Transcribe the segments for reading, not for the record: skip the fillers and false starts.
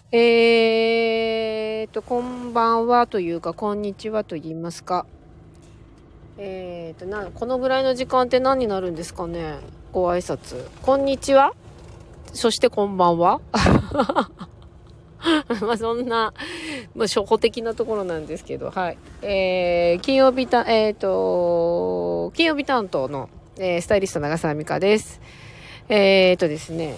こんばんはというか、こんにちはと言いますか。このぐらいの時間って何になるんですかね。ご挨拶。こんにちは。そしてこんばんは。まあそんな、まあ初歩的なところなんですけど、はい。金曜日担当の、スタイリスト長澤美香です。ですね。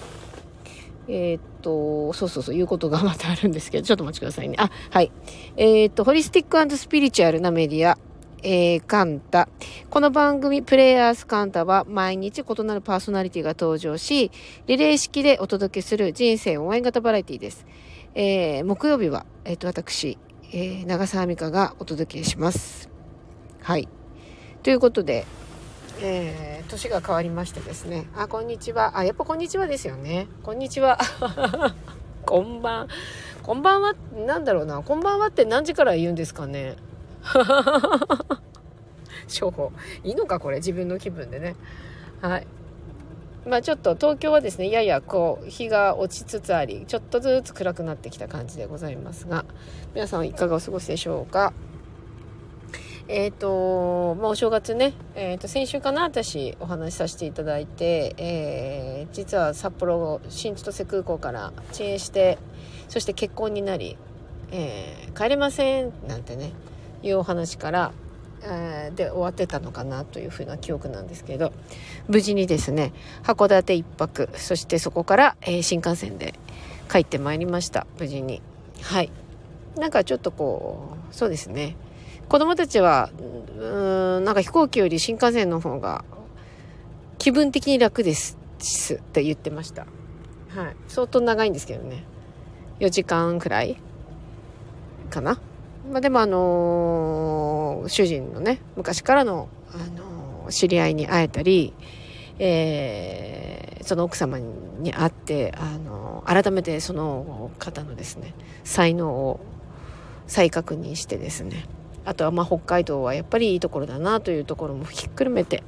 言うことがまたあるんですけど、ちょっとお待ちくださいね。はい。ホリスティック&スピリチュアルなメディア、カンタ。この番組、プレイヤースカンタは毎日異なるパーソナリティが登場し、リレー式でお届けする人生応援型バラエティです。木曜日は、私、長澤美香がお届けします。はい。ということで、年が変わりましてですね。こんにちは。やっぱこんにちはですよね。こんにちは。こんばんは、なんだろうな。こんばんはって何時から言うんですかね。初歩。いいのかこれ、自分の気分でね。はい。まあちょっと東京はですね、やや日が落ちつつあり、ちょっとずつ暗くなってきた感じでございますが、皆さんいかがお過ごしでしょうか。お正月ね、先週かな、私お話しさせていただいて、実は札幌新千歳空港から遅延して、そして結婚になり、帰れませんなんてねいうお話から、で終わってたのかなというふうな記憶なんですけど、無事にですね函館一泊、そしてそこから、新幹線で帰ってまいりました。無事に。はい。なんかちょっとそうですね、子供たちはなんか飛行機より新幹線の方が気分的に楽ですって言ってました。はい。相当長いんですけどね、4時間くらいかな。まあでも主人のね昔からの知り合いに会えたり、その奥様に会って改めてその方のですね才能を再確認してですね、あとは北海道はやっぱりいいところだなというところもひっくるめて、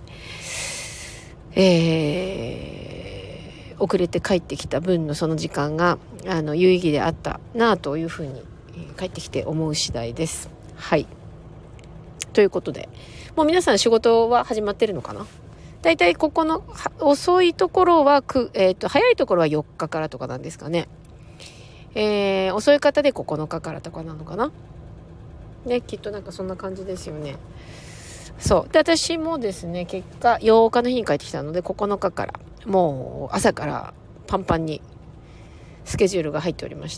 遅れて帰ってきた分のその時間が有意義であったなというふうに、帰ってきて思う次第です。はい。ということで、もう皆さん仕事は始まってるのかな。だいたいここの遅いところは早いところは4日からとかなんですかね。遅い方で9日からとかなのかなね、きっとなんかそんな感じですよね。そうで、私もですね結果8日の日に帰ってきたので9日からもう朝からパンパンにスケジュールが入っておりまして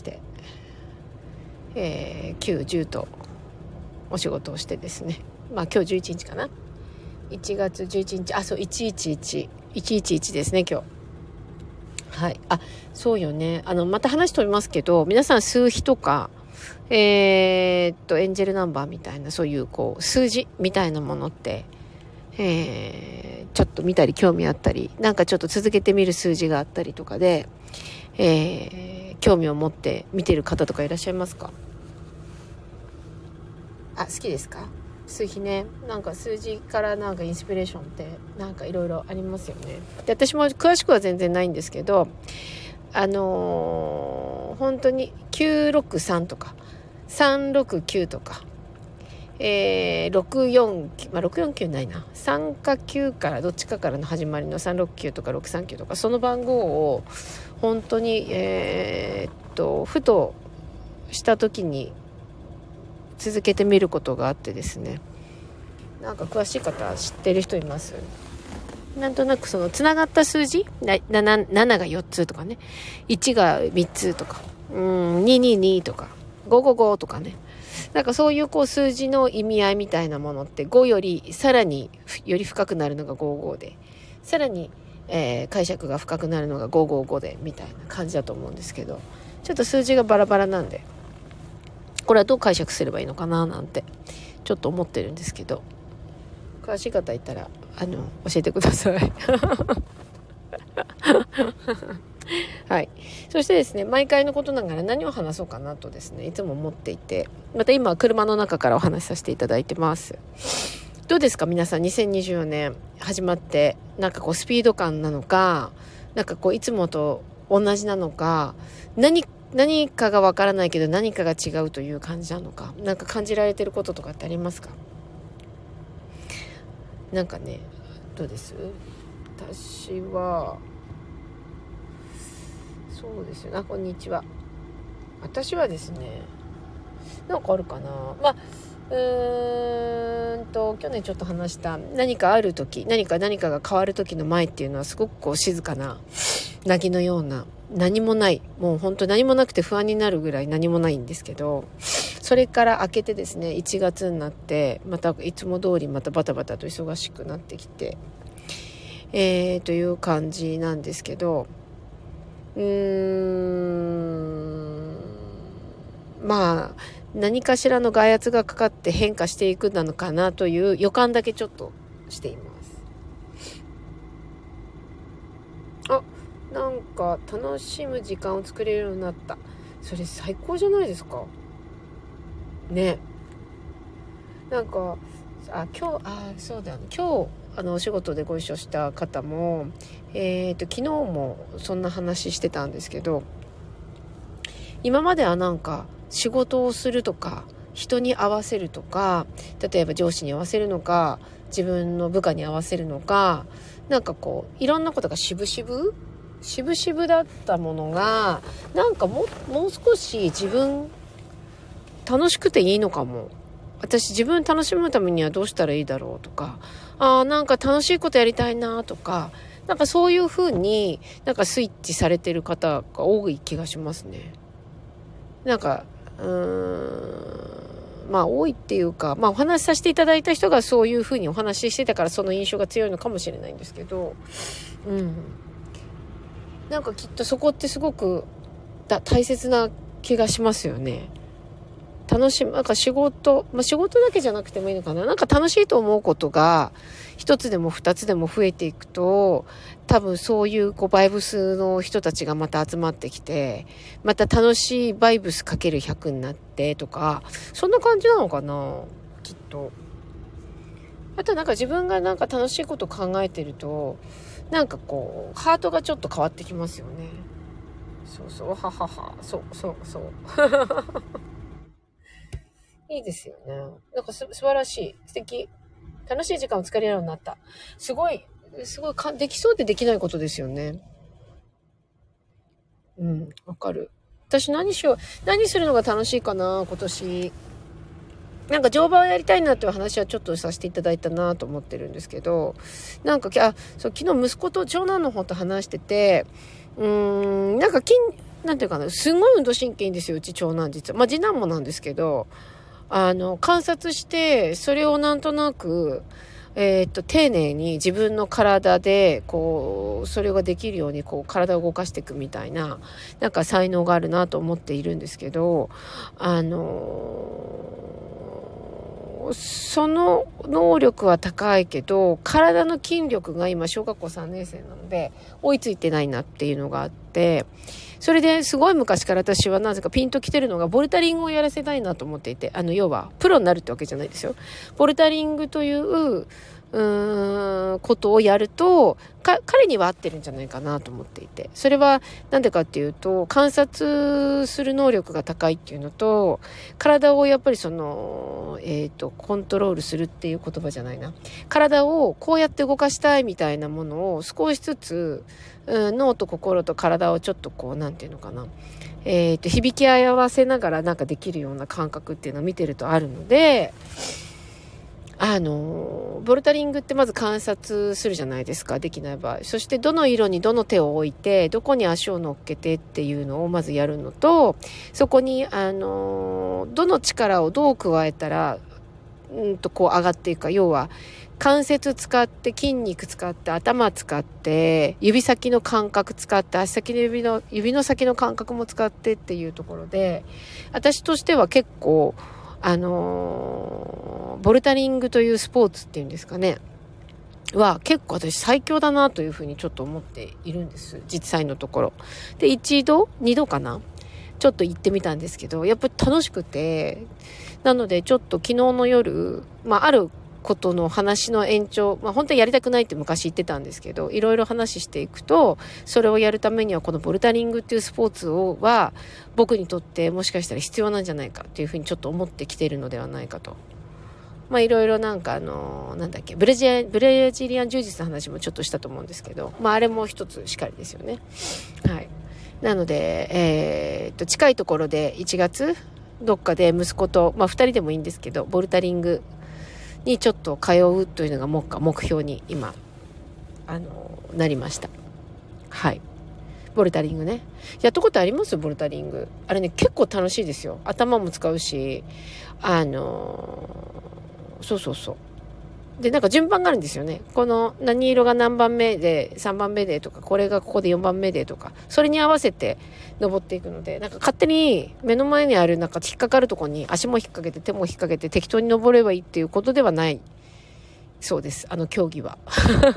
、9、10とお仕事をしてですね、今日11日かな、1月11日、そう111ですね今日。はい。そうよね。また話飛びますけど、皆さん数比とかエンジェルナンバーみたいな、そういう数字みたいなものって、ちょっと見たり興味あったり、なんかちょっと続けてみる数字があったりとかで、興味を持って見てる方とかいらっしゃいますか？好きですか？数比ね。なんか数字からなんかインスピレーションってなんかいろいろありますよね。で、私も詳しくは全然ないんですけど、本当に963とか369とか、649、649ないな、3か9からどっちかからの始まりの369とか639とか、その番号を本当にふとした時に続けてみることがあってですね、なんか詳しい方知ってる人います？なんとなくそのつながった数字 7が4つとかね、1が3つとか、222とか555とかね、なんかそういう数字の意味合いみたいなものって5よりさらにより深くなるのが55で、さらに、解釈が深くなるのが555でみたいな感じだと思うんですけど、ちょっと数字がバラバラなんで、これはどう解釈すればいいのかななんてちょっと思ってるんですけど、詳しい方いたら教えてください。はい。そしてですね、毎回のことながら何を話そうかなとですねいつも思っていて、また今は車の中からお話しさせていただいてます。どうですか皆さん、2024年始まってなんかスピード感なのか、なんかいつもと同じなのか、何何かがわからないけど何かが違うという感じなのか、なんか感じられてることとかってありますか？なんかね、どうです？私はそうですよ。こんにちは。私はですね、なんかあるかな。去年ちょっと話した何かある時、何かが変わる時の前っていうのはすごくこう静かな凪のような、何もない、もう本当何もなくて不安になるぐらい何もないんですけど、それから明けてですね、1月になってまたいつも通りまたバタバタと忙しくなってきて、という感じなんですけど、何かしらの外圧がかかって変化していくのかなという予感だけちょっとしています。なんか楽しむ時間を作れるようになった。それ最高じゃないですかね。なんかそうだよね。今日お仕事でご一緒した方も昨日もそんな話してたんですけど、今まではなんか仕事をするとか人に合わせるとか、例えば上司に合わせるのか自分の部下に合わせるのか、なんかこういろんなことが渋々だったものが、なんかもう少し自分楽しくていいのかも、私自分楽しむためにはどうしたらいいだろうとか、なんか楽しいことやりたいなとか、なんかそういう風になんかスイッチされてる方が多い気がしますね。なんか多いっていうか、お話しさせていただいた人がそういう風にお話ししてたからその印象が強いのかもしれないんですけど、なんかきっとそこってすごく大切な気がしますよね。なんか仕事だけじゃなくてもいいのかな。なんか楽しいと思うことが一つでも二つでも増えていくと、多分そういうバイブスの人たちがまた集まってきて、また楽しいバイブスかける100になってとか、そんな感じなのかな、きっと。あとなんか自分がなんか楽しいこと考えてると、なんかこうハートがちょっと変わってきますよね。そうははは、そういいですよね。なんか素晴らしい、素敵、楽しい時間を作れるようになった。すごいできそうでできないことですよね。わかる。私何するのが楽しいかな、今年。なんか乗馬をやりたいなっていう話はちょっとさせていただいたなと思ってるんですけど、なんか昨日息子と長男の方と話してて、なんかなんていうかな、すごい運動神経いいんですよ、うち長男実は。次男もなんですけど、観察して、それをなんとなく、丁寧に自分の体で、それができるように、体を動かしていくみたいな、なんか才能があるなと思っているんですけど、その能力は高いけど、体の筋力が今小学校3年生なので、追いついてないなっていうのがあって、それですごい昔から私はなぜかピンときてるのが、ボルタリングをやらせたいなと思っていて、要はプロになるってわけじゃないですよ。ボルタリングということをやると彼には合ってるんじゃないかなと思っていて、それはなんでかっていうと、観察する能力が高いっていうのと、体をやっぱりコントロールするっていう言葉じゃないな、体をこうやって動かしたいみたいなものを少しずつ、脳と心と体をちょっとなんていうのかな、響き合わせながらなんかできるような感覚っていうのを見てるとあるので、ボルタリングってまず観察するじゃないですか、できない場合。そしてどの色にどの手を置いて、どこに足を乗っけてっていうのをまずやるのと、そこにどの力をどう加えたら上がっていくか、要は関節使って、筋肉使って、頭使って、指先の感覚使って、足先の指の先の感覚も使ってっていうところで、私としては結構ボルタリングというスポーツっていうんですかね、は結構私最強だなというふうにちょっと思っているんです、実際のところで。2度かな、ちょっと行ってみたんですけど、やっぱり楽しくて、なのでちょっと昨日の夜、あることの話の延長、本当にやりたくないって昔言ってたんですけど、いろいろ話していくと、それをやるためにはこのボルダリングっていうスポーツは僕にとってもしかしたら必要なんじゃないかっていうふうにちょっと思ってきているのではないかと。いろいろなんかなんだっけ、ブラジリアン柔術の話もちょっとしたと思うんですけど、あれも一つしかりですよね。はい。なので、近いところで1月どっかで息子と、2人でもいいんですけど、ボルダリングにちょっと通うというのが目標に今なりました。はい。ボルダリングね、やったことあります？ボルダリング、あれね、結構楽しいですよ。頭も使うし、そうで、なんか順番があるんですよね。この何色が何番目で3番目でとか、これがここで4番目でとか、それに合わせて登っていくので、なんか勝手に目の前にあるなんか引っかかるところに足も引っ掛けて手も引っ掛けて適当に登ればいいっていうことではないそうです。競技は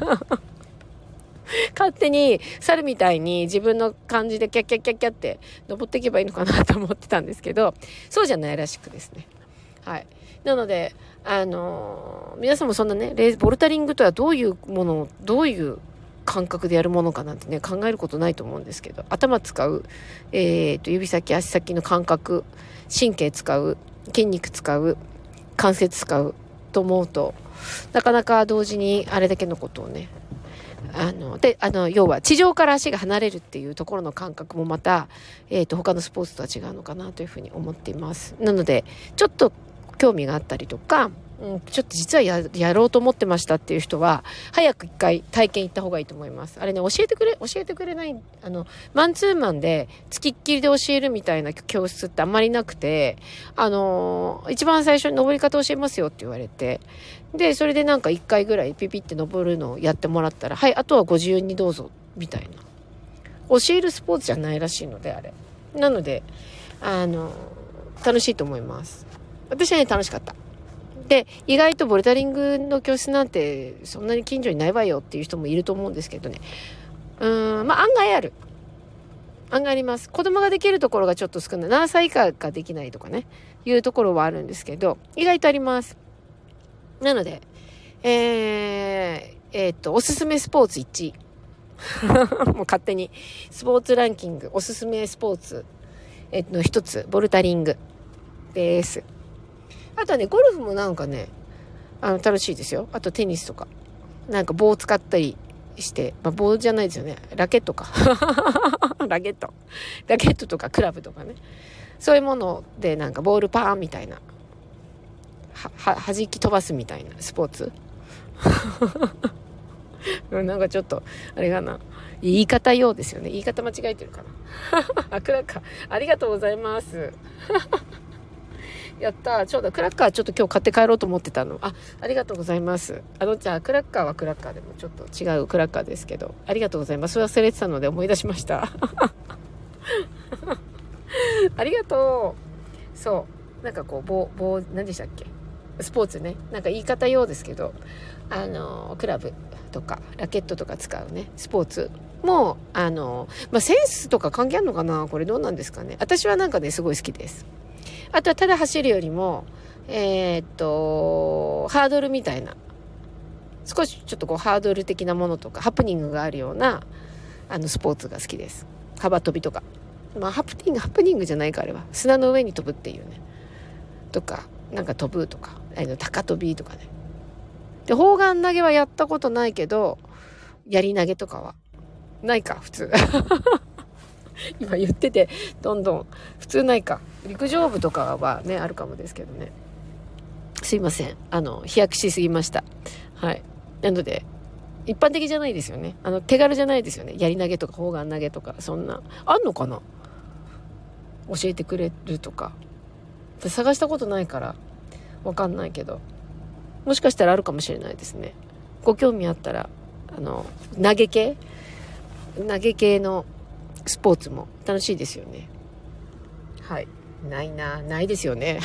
勝手に猿みたいに自分の感じでキャッキャッキャッキャって登っていけばいいのかなと思ってたんですけど、そうじゃないらしくですね。はい。なので皆さんもそんなね、ボルダリングとはどういうものをどういう感覚でやるものかなんてね、考えることないと思うんですけど、頭使う、指先足先の感覚、神経使う、筋肉使う、関節使うと思うと、なかなか同時にあれだけのことをね、要は地上から足が離れるっていうところの感覚もまた、他のスポーツとは違うのかなというふうに思っています。なのでちょっと興味があったりとか、ちょっと実は やろうと思ってましたっていう人は早く一回体験行った方がいいと思います。あれね、教えてくれない、マンツーマンで付きっきりで教えるみたいな教室ってあんまりなくて、一番最初に登り方教えますよって言われて、でそれでなんか一回ぐらいピピって登るのをやってもらったら、はい、あとはご自由にどうぞみたいな、教えるスポーツじゃないらしいので、あれなので楽しいと思います。私はね、楽しかった。で、意外とボルダリングの教室なんてそんなに近所にないわよっていう人もいると思うんですけどね、案外あります。子供ができるところがちょっと少ない、7歳以下ができないとかねいうところはあるんですけど、意外とあります。なのでおすすめスポーツ1位もう勝手にスポーツランキングおすすめスポーツの一つ、ボルダリングです。あとはね、ゴルフもなんかね、楽しいですよ。あとテニスとか、なんか棒を使ったりして、棒じゃないですよね、ラケットかラケットとかクラブとかね、そういうものでなんかボールパーンみたいな、弾き飛ばすみたいなスポーツなんかちょっとあれかな、言い方ようですよね。言い方間違えてるかなクラッカーありがとうございますやったー。ちょうどクラッカーちょっと今日買って帰ろうと思ってたの。ありがとうございます。じゃあクラッカーはクラッカーでもちょっと違うクラッカーですけど、ありがとうございます。忘れてたので思い出しましたありがとう。そうなんかこう棒何でしたっけ、スポーツね、なんか言い方ようですけど、クラブとかラケットとか使うねスポーツもセンスとか関係あるのかな、これどうなんですかね。私はなんかねすごい好きです。あとはただ走るよりもハードルみたいな、少しちょっとこうハードル的なものとかハプニングがあるようなスポーツが好きです。幅跳びとか、ハプニングじゃないか、あれは砂の上に飛ぶっていうねとか、なんか飛ぶとか高跳びとかね。で、砲丸投げはやったことないけど、槍投げとかはないか、普通今言っててどんどん普通ないか。陸上部とかはねあるかもですけどね、すいません、飛躍しすぎました。はい。なので一般的じゃないですよね。手軽じゃないですよね。槍投げとか砲丸投げとか、そんなあんのかな、教えてくれるとか。探したことないからわかんないけど、もしかしたらあるかもしれないですね。ご興味あったら投げ系のスポーツも楽しいですよね。はい。ないですよね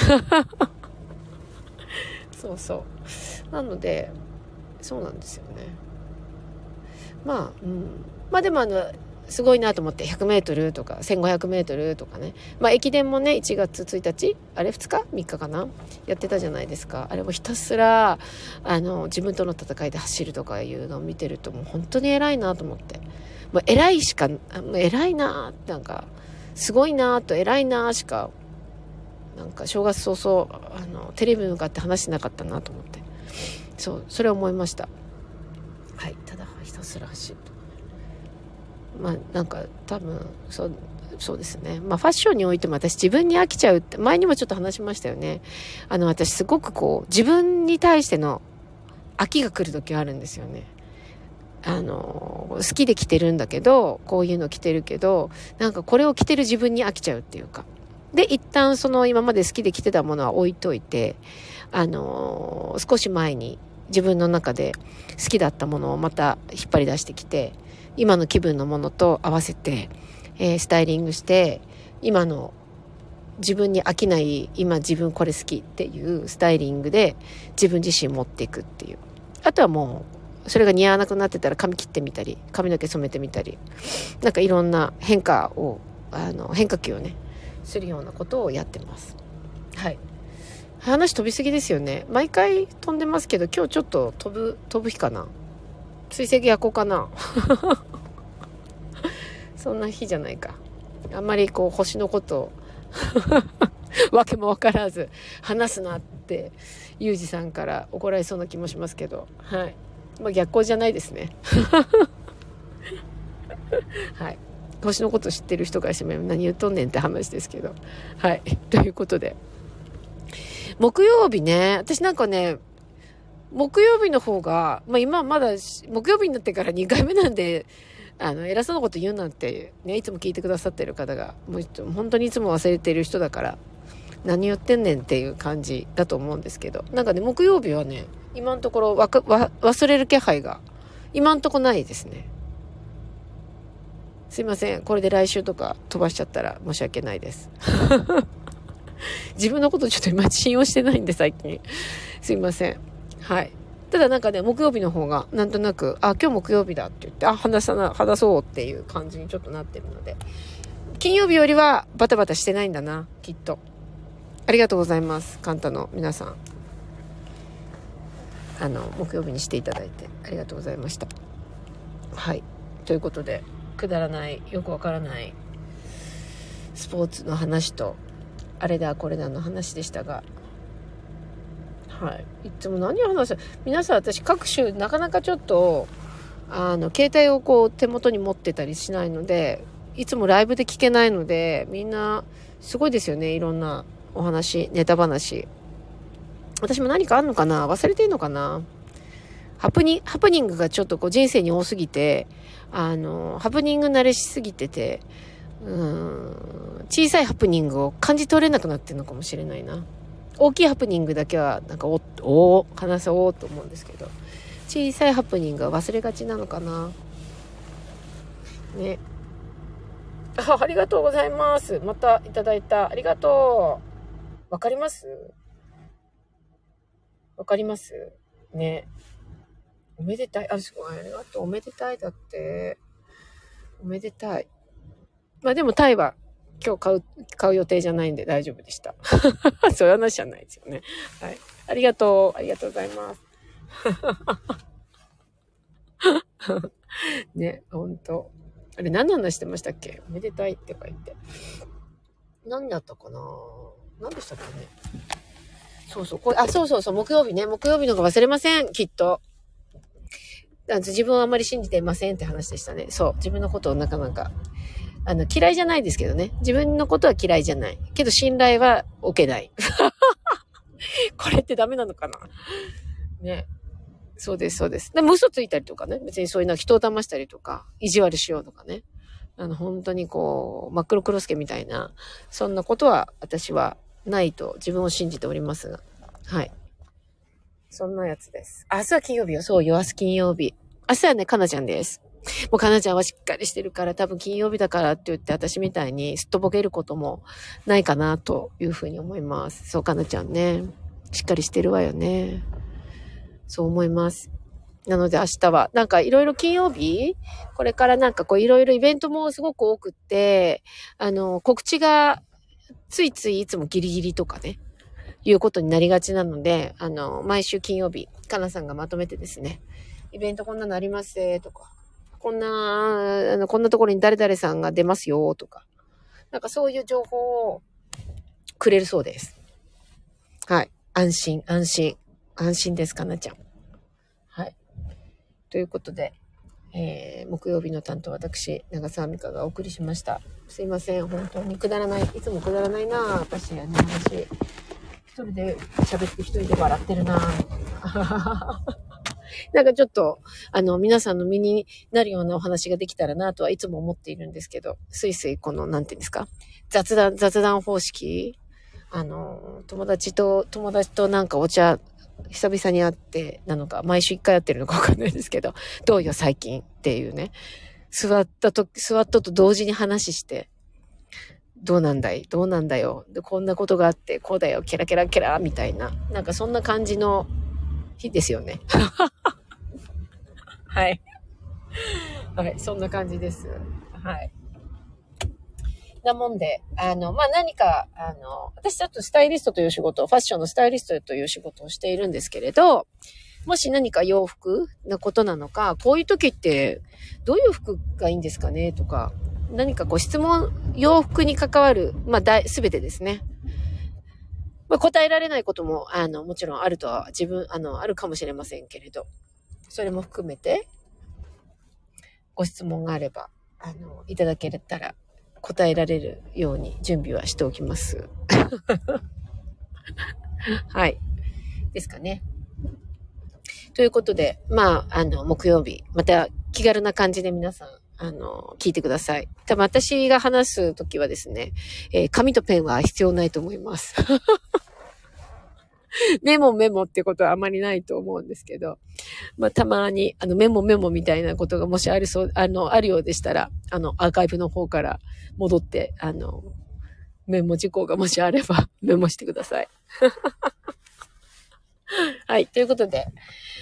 そうなのでそうなんですよね。でもすごいなと思って、100メートルとか1500メートルとかね。まあ駅伝もね、1月1日あれ2日 ?3 日かなやってたじゃないですか。あれもひたすら、自分との戦いで走るとかいうのを見てると、もう本当に偉いなと思って。もう偉いしか、もう偉いなってなんか、すごいなと偉いなしか、なんか正月早々、テレビに向かって話してなかったなと思って。そう、それを思いました。はい、ただひたすら走る。まあなんか多分そうですね。まあファッションにおいても私自分に飽きちゃうって前にもちょっと話しましたよね。私すごくこう自分に対しての飽きが来る時があるんですよね。好きで着てるんだけど、こういうの着てるけど、なんかこれを着てる自分に飽きちゃうっていうか。で、一旦その今まで好きで着てたものは置いといて、少し前に自分の中で好きだったものをまた引っ張り出してきて、今の気分のものと合わせて、スタイリングして、今の自分に飽きない、今自分これ好きっていうスタイリングで自分自身持っていくっていう。あとはもう、それが似合わなくなってたら髪切ってみたり、髪の毛染めてみたり、なんかいろんな変化球をね、するようなことをやってます。はい。話飛びすぎですよね。毎回飛んでますけど、今日ちょっと飛ぶ日かな。追跡夜行かな。そんな日じゃないか。あんまりこう星のことをわけもわからず話すなってユージさんから怒られそうな気もしますけど、はい。まあ逆光じゃないですね。はい。星のこと知ってる人からしても何言っとんねんって話ですけど、はい。ということで、木曜日ね、私なんかね、木曜日の方が、まあ今まだ木曜日になってから2回目なんで、偉そうなこと言うなんてね、いつも聞いてくださってる方が、もう本当にいつも忘れてる人だから、何言ってんねんっていう感じだと思うんですけど、なんかね、木曜日はね、今のところ忘れる気配が、今のところないですね。すいません。これで来週とか飛ばしちゃったら申し訳ないです。自分のことちょっと今信用してないんで最近。すいません。はい。ただなんかね、木曜日の方がなんとなく、今日木曜日だって言って、話そうっていう感じにちょっとなってるので、金曜日よりはバタバタしてないんだな、きっと。ありがとうございます。カンタの皆さん。木曜日にしていただいてありがとうございました。はい。ということで、くだらない、よくわからないスポーツの話と、あれだこれだの話でしたが、はい。いつも何を話す？皆さん、私各種なかなかちょっと携帯をこう手元に持ってたりしないので、いつもライブで聞けないので、みんなすごいですよね。いろんなお話、ネタ話。私も何かあんのかな？忘れてんのかな？ハプニングがちょっとこう人生に多すぎて、ハプニング慣れしすぎてて、小さいハプニングを感じ取れなくなってるのかもしれないな。大きいハプニングだけはなんか話そうと思うんですけど、小さいハプニングは忘れがちなのかなね。ありがとうございます。またいただいた。ありがとう。わかりますね。おめでたい。すごい。ありがとう。おめでたいだって。おめでたい。まあでもタイは今日買う予定じゃないんで大丈夫でした。そういう話じゃないですよね。はい。ありがとうございます。ね、ほんと。あれ何の話してましたっけ？おめでたいって書いて。何だったかな？何でしたっけね。そうそう。木曜日ね。木曜日のが忘れません。きっと。自分はあんまり信じていませんって話でしたね。そう。自分のことをなかなか。嫌いじゃないですけどね。自分のことは嫌いじゃない。けど信頼は置けない。これってダメなのかなね。そうです。でも嘘ついたりとかね。別にそういうの人を騙したりとか、意地悪しようとかね。本当にこう、真っ黒クロスケみたいな、そんなことは私はないと自分を信じておりますが。はい。そんなやつです。明日は金曜日よ。そう、明日金曜日。明日はね、かなちゃんです。もうかなちゃんはしっかりしてるから、多分金曜日だからって言って私みたいにすっとぼけることもないかなというふうに思います。そう、かなちゃんね。しっかりしてるわよね。そう思います。 なので明日は、なんかいろいろ金曜日これからなんかこういろいろイベントもすごく多くって、告知がついついいつもギリギリとかね、いうことになりがちなので、毎週金曜日、かなさんがまとめてですね、イベントこんなのありますとか、こんなところに誰々さんが出ますよとか、なんかそういう情報をくれるそうです。はい。安心です、かなちゃん。はい。ということで、木曜日の担当私、長澤美香がお送りしました。すいません、本当にくだらない、いつもくだらないな私、話。一人で喋って一人で笑ってるななんかちょっと、皆さんの身になるようなお話ができたらなとはいつも思っているんですけど、すいすいこの、なんていうんですか、雑談方式、友達となんかお茶、久々に会ってなのか、毎週一回会ってるのかわかんないですけど、どうよ最近っていうね、座ったと同時に話して、どうなんだよ。で、こんなことがあって、こうだよ、ケラケラケラ、みたいな。なんかそんな感じの日ですよね。はい。はい、そんな感じです。はい。なもんで、何か、私ちょっとスタイリストという仕事、ファッションのスタイリストという仕事をしているんですけれど、もし何か洋服なことなのか、こういう時ってどういう服がいいんですかねとか、何かご質問、洋服に関わる、すべてですね。答えられないことも、もちろんあるとは、あるかもしれませんけれど、それも含めて、ご質問があれば、いただけたら、答えられるように準備はしておきます。はい。ですかね。ということで、木曜日、また気軽な感じで皆さん、聞いてください。多分私が話すときはですね、紙とペンは必要ないと思います。メモってことはあまりないと思うんですけど、たまに、メモみたいなことがもしあるようでしたら、アーカイブの方から戻って、メモ事項がもしあれば、メモしてください。はい、ということで、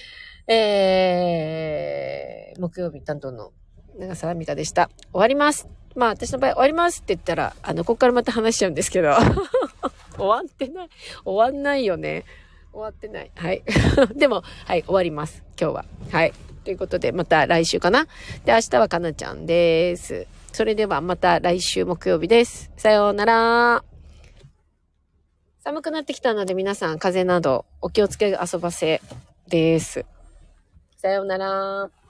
木曜日担当の長澤美香でした。終わります。私の場合終わりますって言ったら、ここからまた話しちゃうんですけど。終わんないよね。終わってない。はい。でも、はい、終わります。今日は。はい。ということで、また来週かな。で、明日はかなちゃんです。それではまた来週木曜日です。さようなら。寒くなってきたので皆さん風邪などお気をつけ遊ばせです。さようなら。